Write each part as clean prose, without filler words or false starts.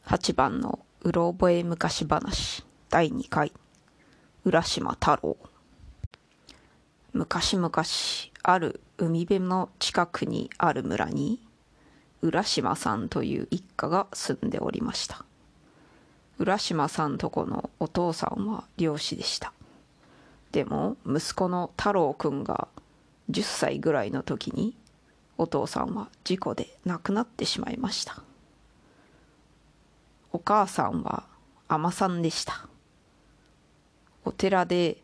8番のうろ覚え昔話第2回浦島太郎。昔々ある海辺の近くにある村に浦島さんという一家が住んでおりました。浦島さんとこのお父さんは漁師でした。でも息子の太郎くんが10歳ぐらいの時にお父さんは事故で亡くなってしまいました。お母さんは海女さんでした。お寺で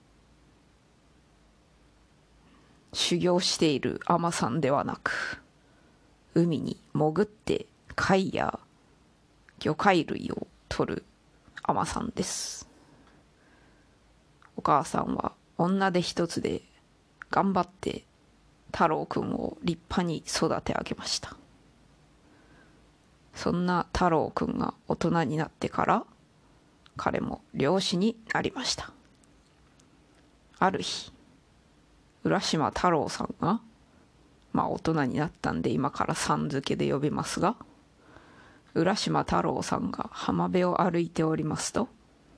修行している海女さんではなく、海に潜って貝や魚介類を取る海女さんです。お母さんは女手一つで頑張って太郎くんを立派に育て上げました。そんな太郎くんが大人になってから彼も漁師になりました。ある日、浦島太郎さんが大人になったんで今からさん付けで呼びますが、浦島太郎さんが浜辺を歩いておりますと、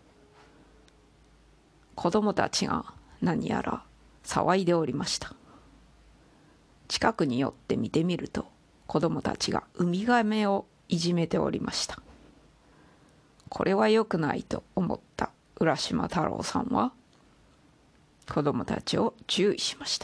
子供たちが何やら騒いでおりました。近くに寄って見てみると、子供たちがウミガメをいじめておりました。これは良くないと思った浦島太郎さんは子供たちを注意しました。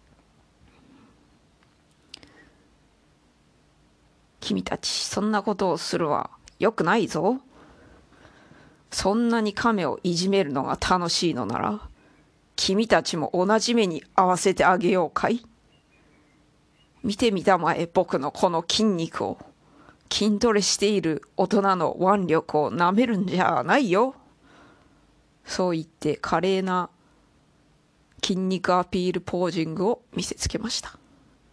君たちそんなことをするは良くないぞ。そんなに亀をいじめるのが楽しいのなら、君たちも同じ目に合わせてあげようかい。見てみたまえ、僕のこの筋肉を。筋トレしている大人の腕力をなめるんじゃないよ。そう言って華麗な筋肉アピールポージングを見せつけました。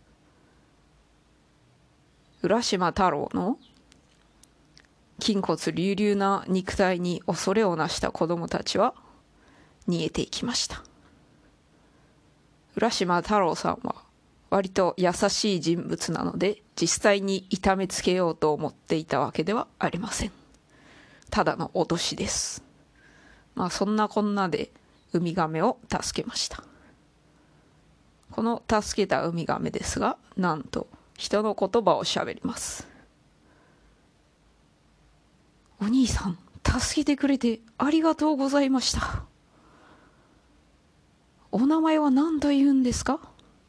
浦島太郎の筋骨隆々な肉体に恐れをなした子供たちは逃げていきました。浦島太郎さんは割と優しい人物なので、実際に痛めつけようと思っていたわけではありません。ただの脅しです。そんなこんなでウミガメを助けました。この助けたウミガメですが、なんと人の言葉をしゃべります。お兄さん、助けてくれてありがとうございました。お名前は何と言うんですか？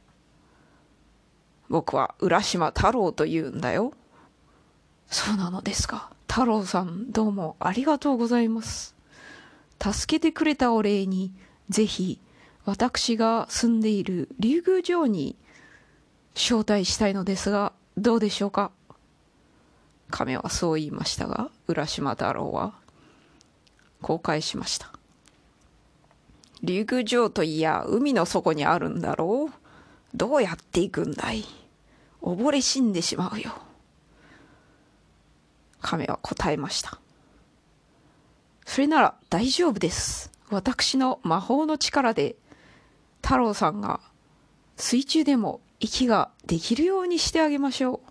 僕は浦島太郎と言うんだよ。そうなのですか。太郎さん、どうもありがとうございます。助けてくれたお礼に、ぜひ私が住んでいる竜宮城に招待したいのですが、どうでしょうか。亀はそう言いましたが、浦島太郎はこう返しました。竜宮城といや海の底にあるんだろう。どうやって行くんだい。溺れ死んでしまうよ。亀は答えました。それなら大丈夫です。私の魔法の力で太郎さんが水中でも息ができるようにしてあげましょう。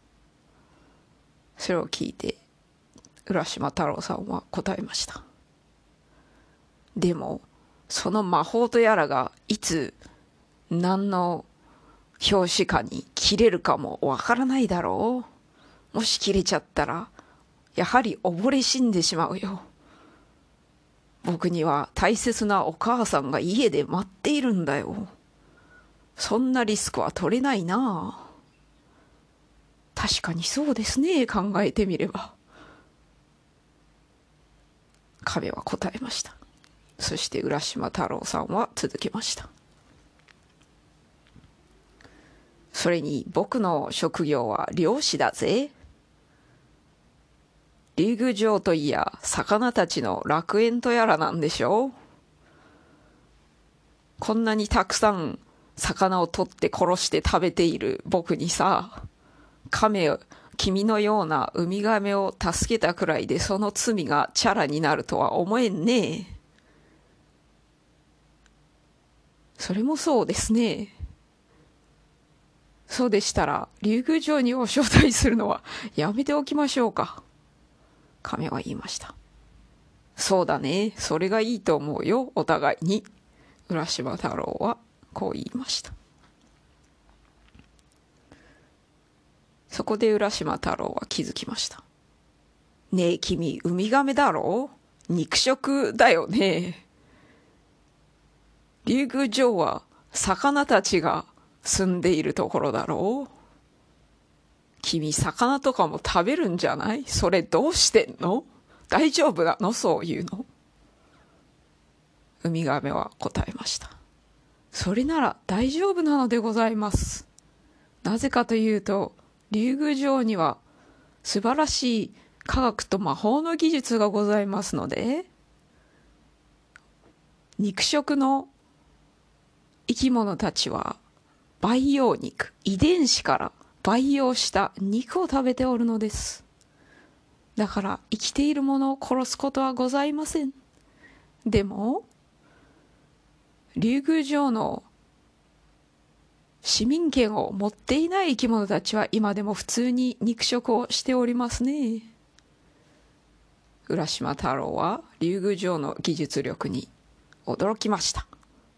それを聞いて浦島太郎さんは答えました。でもその魔法とやらがいつ何の拍子かに切れるかもわからないだろう。もし切れちゃったらやはり溺れ死んでしまうよ。僕には大切なお母さんが家で待っているんだよ。そんなリスクは取れないな。確かにそうですね、考えてみれば。亀は答えました。そして浦島太郎さんは続けました。それに僕の職業は漁師だぜ。竜宮城といや魚たちの楽園とやらなんでしょう。こんなにたくさん魚を取って殺して食べている僕にさ、君のようなウミガメを助けたくらいでその罪がチャラになるとは思えんね。それもそうですね。そうでしたら竜宮城にを招待するのはやめておきましょうか。 亀は言いました。そうだね、それがいいと思うよ、お互いに。浦島太郎はこう言いました。そこで浦島太郎は気づきました。ねえ君、ウミガメだろう？肉食だよね。竜宮城は魚たちが住んでいるところだろう。君、魚とかも食べるんじゃない？それどうしてんの？大丈夫なの？そういうの。ウミガメは答えました。それなら大丈夫なのでございます。なぜかというと、竜宮城には素晴らしい科学と魔法の技術がございますので、肉食の生き物たちは培養肉、遺伝子から培養した肉を食べておるのです。だから生きているものを殺すことはございません。でも、竜宮城の市民権を持っていない生き物たちは今でも普通に肉食をしておりますね。浦島太郎は竜宮城の技術力に驚きました。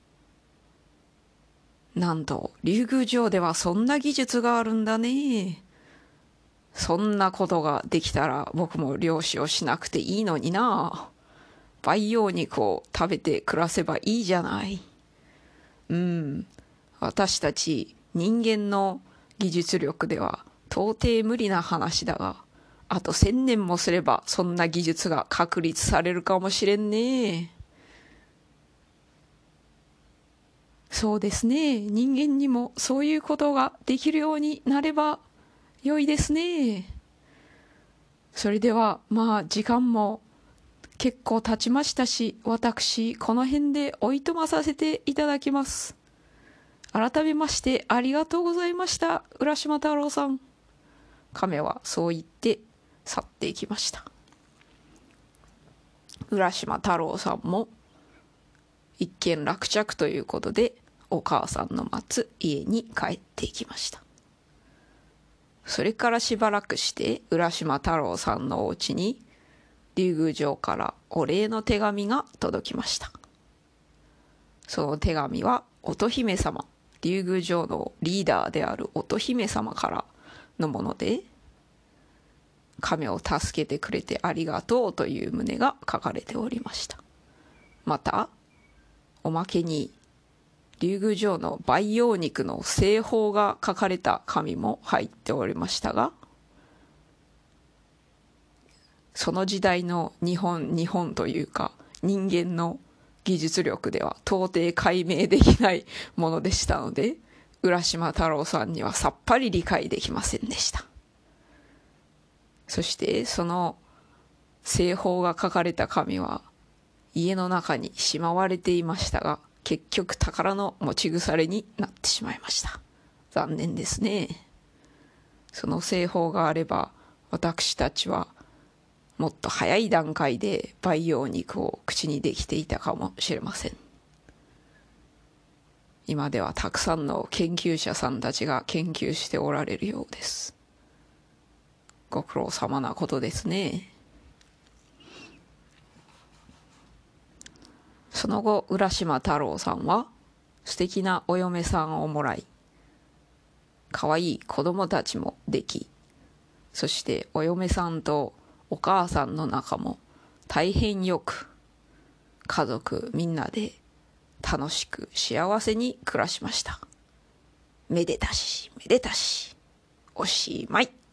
なんと竜宮城ではそんな技術があるんだね。そんなことができたら僕も漁師をしなくていいのにな。培養肉を食べて暮らせばいいじゃない。私たち人間の技術力では到底無理な話だが、あと1000年もすればそんな技術が確立されるかもしれんね。そうですね。人間にもそういうことができるようになれば良いですね。それでは時間も結構経ちましたし、私この辺でおいとまさせていただきます。改めましてありがとうございました、浦島太郎さん。亀はそう言って去っていきました。浦島太郎さんも一件落着ということで、お母さんの待つ家に帰っていきました。それからしばらくして浦島太郎さんのお家に竜宮城からお礼の手紙が届きました。その手紙は乙姫様、竜宮城のリーダーである乙姫様からのもので、亀を助けてくれてありがとうという旨が書かれておりました。またおまけに竜宮城の培養肉の製法が書かれた紙も入っておりましたが、その時代の日本というか人間の技術力では到底解明できないものでしたので、浦島太郎さんにはさっぱり理解できませんでした。そしてその製法が書かれた紙は家の中にしまわれていましたが、結局宝の持ち腐れになってしまいました。残念ですね。その製法があれば私たちはもっと早い段階で培養肉を口にできていたかもしれません。今ではたくさんの研究者さんたちが研究しておられるようです。ご苦労様なことですね。その後浦島太郎さんは素敵なお嫁さんをもらい、可愛い子供たちもでき、そしてお嫁さんとお母さんの仲も大変よく、家族みんなで楽しく幸せに暮らしました。めでたしめでたし、おしまい。